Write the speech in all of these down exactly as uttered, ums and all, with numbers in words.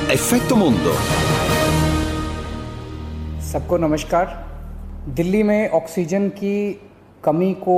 Effetto Mondo. सबको नमस्कार। दिल्ली में ऑक्सीजन की कमी को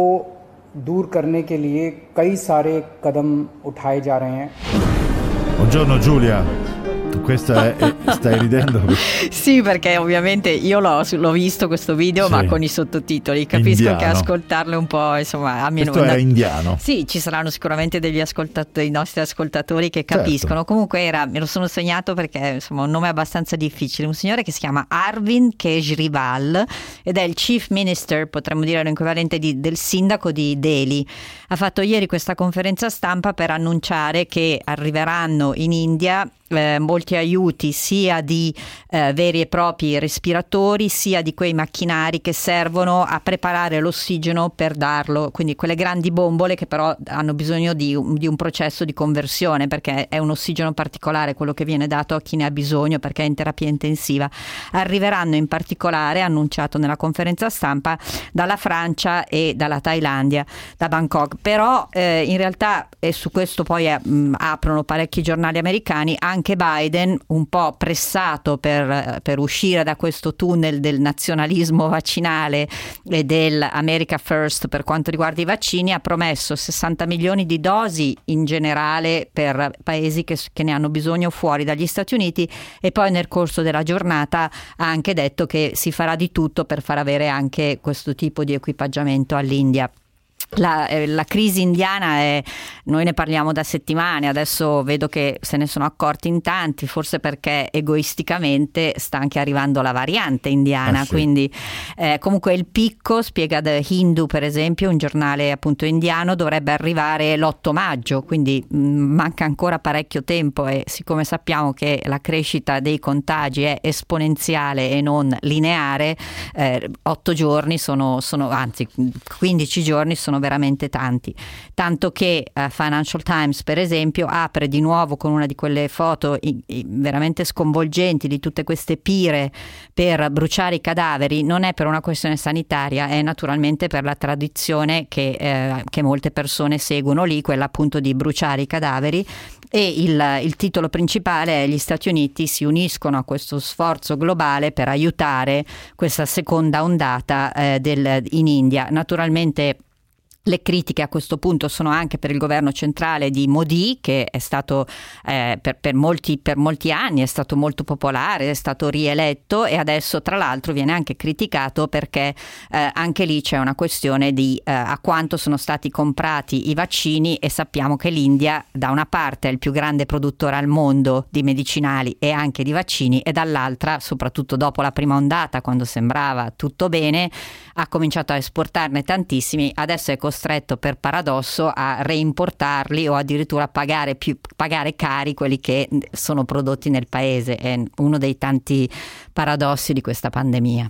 दूर करने के लिए कई सारे कदम उठाए जा रहे हैं। Buongiorno Giulia, tu questa è, è, stai ridendo? Sì, perché ovviamente io l'ho, l'ho visto questo video, sì, ma con i sottotitoli, capisco indiano. Che ascoltarlo un po', insomma, a me questo non è indiano. Sì, ci saranno sicuramente degli ascoltatori, i nostri ascoltatori che capiscono. Certo. Comunque era, me lo sono segnato perché insomma un nome abbastanza difficile, un signore che si chiama Arvind Kejriwal ed è il Chief Minister, potremmo dire l'equivalente di, del sindaco di Delhi. Ha fatto ieri questa conferenza stampa per annunciare che arriveranno in India Eh, molti aiuti sia di eh, veri e propri respiratori sia di quei macchinari che servono a preparare l'ossigeno per darlo, quindi quelle grandi bombole che però hanno bisogno di, di un processo di conversione, perché è un ossigeno particolare quello che viene dato a chi ne ha bisogno perché è in terapia intensiva. Arriveranno in particolare, annunciato nella conferenza stampa, dalla Francia e dalla Thailandia, da Bangkok, però eh, in realtà, e su questo poi eh, mh, aprono parecchi giornali americani, anche Anche Biden, un po' pressato per, per uscire da questo tunnel del nazionalismo vaccinale e del America First per quanto riguarda i vaccini, ha promesso sessanta milioni di dosi in generale per paesi che, che ne hanno bisogno fuori dagli Stati Uniti, e poi nel corso della giornata ha anche detto che si farà di tutto per far avere anche questo tipo di equipaggiamento all'India. La, eh, la crisi indiana è, noi ne parliamo da settimane, adesso vedo che se ne sono accorti in tanti, forse perché egoisticamente sta anche arrivando la variante indiana, ah, sì. quindi eh, comunque il picco, spiega The Hindu per esempio, un giornale appunto indiano, dovrebbe arrivare l'otto maggio, quindi mh, manca ancora parecchio tempo, e siccome sappiamo che la crescita dei contagi è esponenziale e non lineare, eh, otto giorni sono, sono anzi quindici giorni sono veramente tanti, tanto che uh, Financial Times per esempio apre di nuovo con una di quelle foto i, i, veramente sconvolgenti di tutte queste pire per bruciare i cadaveri. Non è per una questione sanitaria, è naturalmente per la tradizione che, eh, che molte persone seguono lì, quella appunto di bruciare i cadaveri, e il, il titolo principale è: gli Stati Uniti si uniscono a questo sforzo globale per aiutare questa seconda ondata eh, del, in India. Naturalmente le critiche a questo punto sono anche per il governo centrale di Modi, che è stato eh, per, per, molti, per molti anni è stato molto popolare, è stato rieletto, e adesso tra l'altro viene anche criticato perché eh, anche lì c'è una questione di eh, a quanto sono stati comprati i vaccini, e sappiamo che l'India da una parte è il più grande produttore al mondo di medicinali e anche di vaccini, e dall'altra, soprattutto dopo la prima ondata, quando sembrava tutto bene, ha cominciato a esportarne tantissimi, adesso è costretto per paradosso a reimportarli o addirittura a pagare più pagare cari quelli che sono prodotti nel paese. È uno dei tanti paradossi di questa pandemia.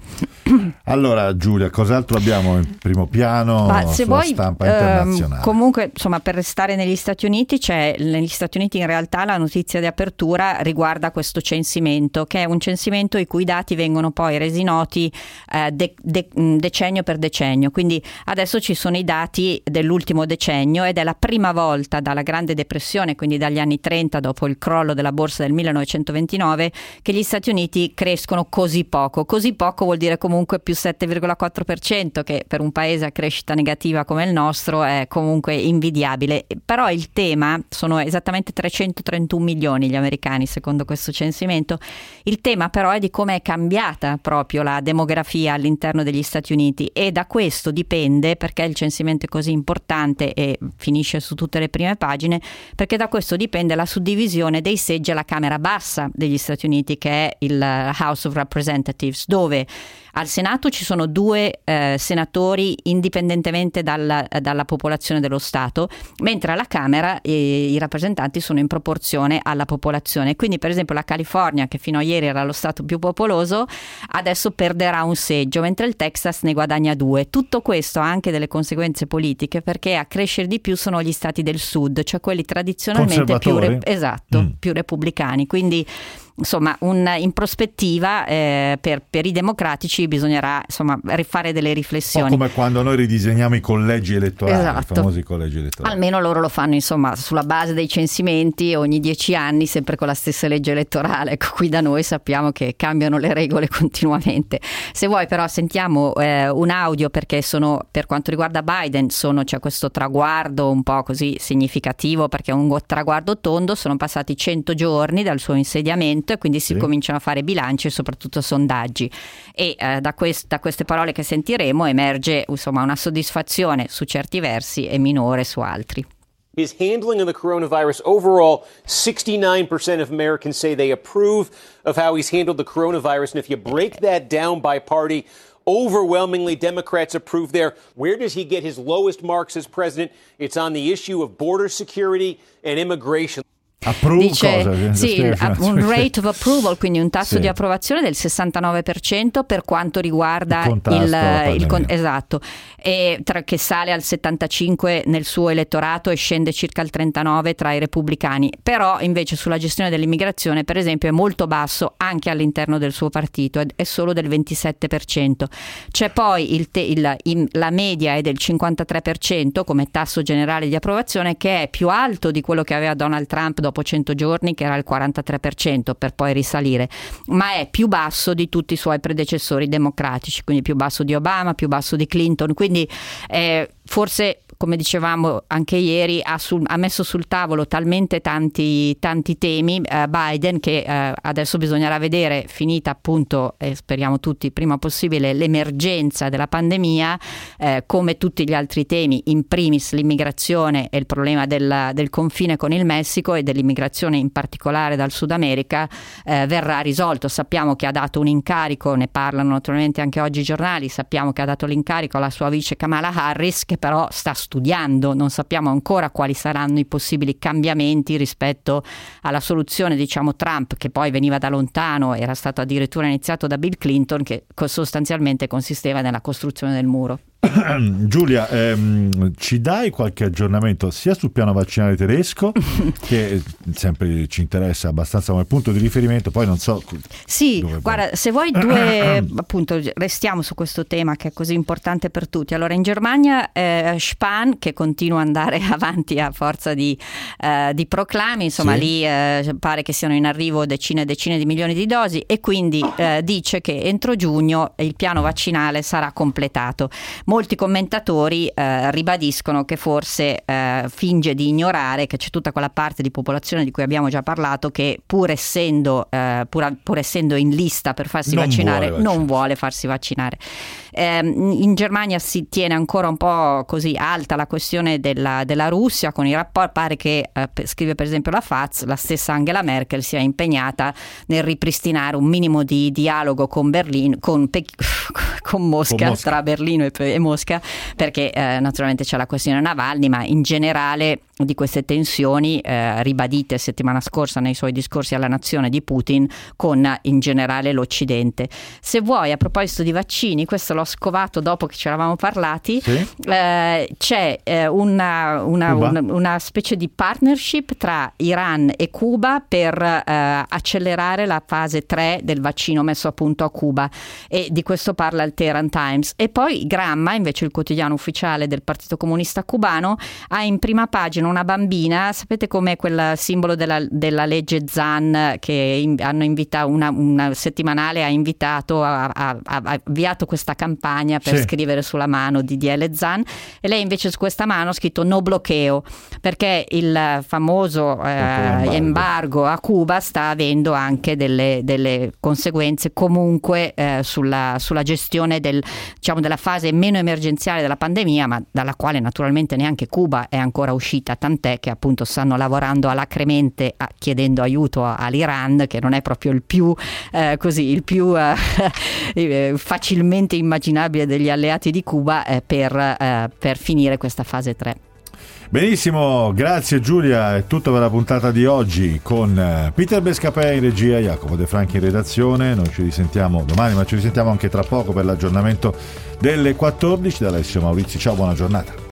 Allora Giulia, cos'altro abbiamo in primo piano? Ma se sulla vuoi, stampa internazionale? Ehm, comunque insomma, per restare negli Stati Uniti, c'è negli Stati Uniti in realtà la notizia di apertura riguarda questo censimento, che è un censimento i cui dati vengono poi resi noti eh, de, de, decennio per decennio, quindi adesso ci sono i dati dell'ultimo decennio, ed è la prima volta dalla Grande Depressione, quindi dagli anni trenta, dopo il crollo della borsa del millenovecentoventinove, che gli Stati Uniti crescono così poco. Così poco vuol dire comunque più sette virgola quattro per cento, che per un paese a crescita negativa come il nostro è comunque invidiabile. Però il tema, sono esattamente trecentotrentuno milioni gli americani secondo questo censimento, il tema però è di come è cambiata proprio la demografia all'interno degli Stati Uniti, e da questo dipende, perché il censimento è così importante e finisce su tutte le prime pagine, perché da questo dipende la suddivisione dei seggi alla Camera Bassa degli Stati Uniti, che è il House of Representatives, dove al Senato ci sono due eh, senatori indipendentemente dalla, dalla popolazione dello Stato, mentre alla Camera eh, i rappresentanti sono in proporzione alla popolazione. Quindi per esempio la California, che fino a ieri era lo Stato più popoloso, adesso perderà un seggio, mentre il Texas ne guadagna due. Tutto questo ha anche delle conseguenze politiche, perché a crescere di più sono gli stati del sud, cioè quelli tradizionalmente più, re- esatto, mm. più repubblicani. Quindi insomma un, in prospettiva eh, per, per i democratici bisognerà insomma rifare delle riflessioni. Un po' come quando noi ridisegniamo i collegi elettorali, esatto. i famosi collegi elettorali. Almeno loro lo fanno insomma sulla base dei censimenti ogni dieci anni, sempre con la stessa legge elettorale. Ecco, qui da noi sappiamo che cambiano le regole continuamente. Se vuoi però sentiamo eh, un audio, perché sono, per quanto riguarda Biden, sono, c'è questo traguardo un po' così significativo, perché è un traguardo tondo, sono passati cento giorni dal suo insediamento e quindi si sì. cominciano a fare bilanci e soprattutto sondaggi, e eh, da, quest- da queste parole che sentiremo emerge insomma una soddisfazione su certi versi e minore su altri. His handling of the coronavirus, overall, sixty-nine percent of Americans say they approve of how he's handled the coronavirus. And if you break that down by party, overwhelmingly Democrats approve there. Where does he get his lowest marks as president? It's on the issue of border security and immigration. Approve dice cosa? Sì, un rate of approval, quindi un tasso sì. di approvazione del sessantanove per cento per quanto riguarda il, il, il con, esatto, e tra, che sale al settantacinque nel suo elettorato e scende circa al trentanove tra i repubblicani. Però invece sulla gestione dell'immigrazione, per esempio, è molto basso anche all'interno del suo partito, è, è solo del ventisette per cento. C'è poi il te, il, in, la media è del cinquantatré per cento come tasso generale di approvazione, che è più alto di quello che aveva Donald Trump dopo cento giorni, che era il quarantatré per cento, per poi risalire, ma è più basso di tutti i suoi predecessori democratici, quindi più basso di Obama, più basso di Clinton, quindi eh, forse, come dicevamo anche ieri, ha, sul, ha messo sul tavolo talmente tanti, tanti temi eh, Biden, che eh, adesso bisognerà vedere, finita appunto, e eh, speriamo tutti prima possibile, l'emergenza della pandemia, eh, come tutti gli altri temi, in primis l'immigrazione e il problema del, del confine con il Messico e dell'immigrazione in particolare dal Sud America, eh, verrà risolto. Sappiamo che ha dato un incarico, ne parlano naturalmente anche oggi i giornali, sappiamo che ha dato l'incarico alla sua vice Kamala Harris, che però sta studiando, non sappiamo ancora quali saranno i possibili cambiamenti rispetto alla soluzione, diciamo, Trump, che poi veniva da lontano, era stato addirittura iniziato da Bill Clinton, che sostanzialmente consisteva nella costruzione del muro. Giulia, ehm, ci dai qualche aggiornamento sia sul piano vaccinale tedesco, che sempre ci interessa abbastanza come punto di riferimento, poi non so. Sì, guarda, vai. Se vuoi due, appunto, restiamo su questo tema che è così importante per tutti. Allora, in Germania eh, Spahn, che continua ad andare avanti a forza di, eh, di proclami, insomma, sì. lì eh, pare che siano in arrivo decine e decine di milioni di dosi, e quindi eh, dice che entro giugno il piano vaccinale sarà completato. Molti commentatori eh, ribadiscono che forse eh, finge di ignorare che c'è tutta quella parte di popolazione di cui abbiamo già parlato, che pur essendo, eh, pur, pur essendo in lista per farsi non vaccinare, vuole non vuole farsi vaccinare. Eh, in Germania si tiene ancora un po' così alta la questione della, della Russia con i rapporti. Pare che, eh, scrive per esempio la Faz, la stessa Angela Merkel sia impegnata nel ripristinare un minimo di dialogo con Berlino, con, Pe- con, Mosca, con Mosca, tra Berlino e, e Mosca, perché eh, naturalmente c'è la questione Navalny, ma in generale di queste tensioni eh, ribadite settimana scorsa nei suoi discorsi alla nazione di Putin con in generale l'Occidente. Se vuoi, a proposito di vaccini, questo l'ho scovato dopo che ci eravamo parlati, sì. eh, c'è eh, una, una, una, una specie di partnership tra Iran e Cuba per eh, accelerare la fase tre del vaccino messo a punto a Cuba, e di questo parla il Tehran Times. E poi Gramma, invece il quotidiano ufficiale del Partito Comunista Cubano, ha in prima pagina una bambina, sapete come quel simbolo della, della legge Zan, che in, hanno invitato una, una settimanale ha invitato ha, ha, ha avviato questa campagna per sì. scrivere sulla mano D D L Zan, e lei invece su questa mano ha scritto no bloqueo, perché il famoso eh, embargo a Cuba sta avendo anche delle, delle conseguenze comunque eh, sulla, sulla gestione del, diciamo, della fase meno emergenziale della pandemia, ma dalla quale naturalmente neanche Cuba è ancora uscita, tant'è che appunto stanno lavorando alacremente a, chiedendo aiuto a, all'Iran, che non è proprio il più eh, così il più eh, facilmente immaginabile degli alleati di Cuba eh, per, eh, per finire questa fase tre. Benissimo, grazie Giulia, è tutto per la puntata di oggi con Peter Bescapè in regia, Jacopo De Franchi in redazione. Noi ci risentiamo domani, ma ci risentiamo anche tra poco per l'aggiornamento delle quattordici. Da Alessio Maurizi, ciao, buona giornata.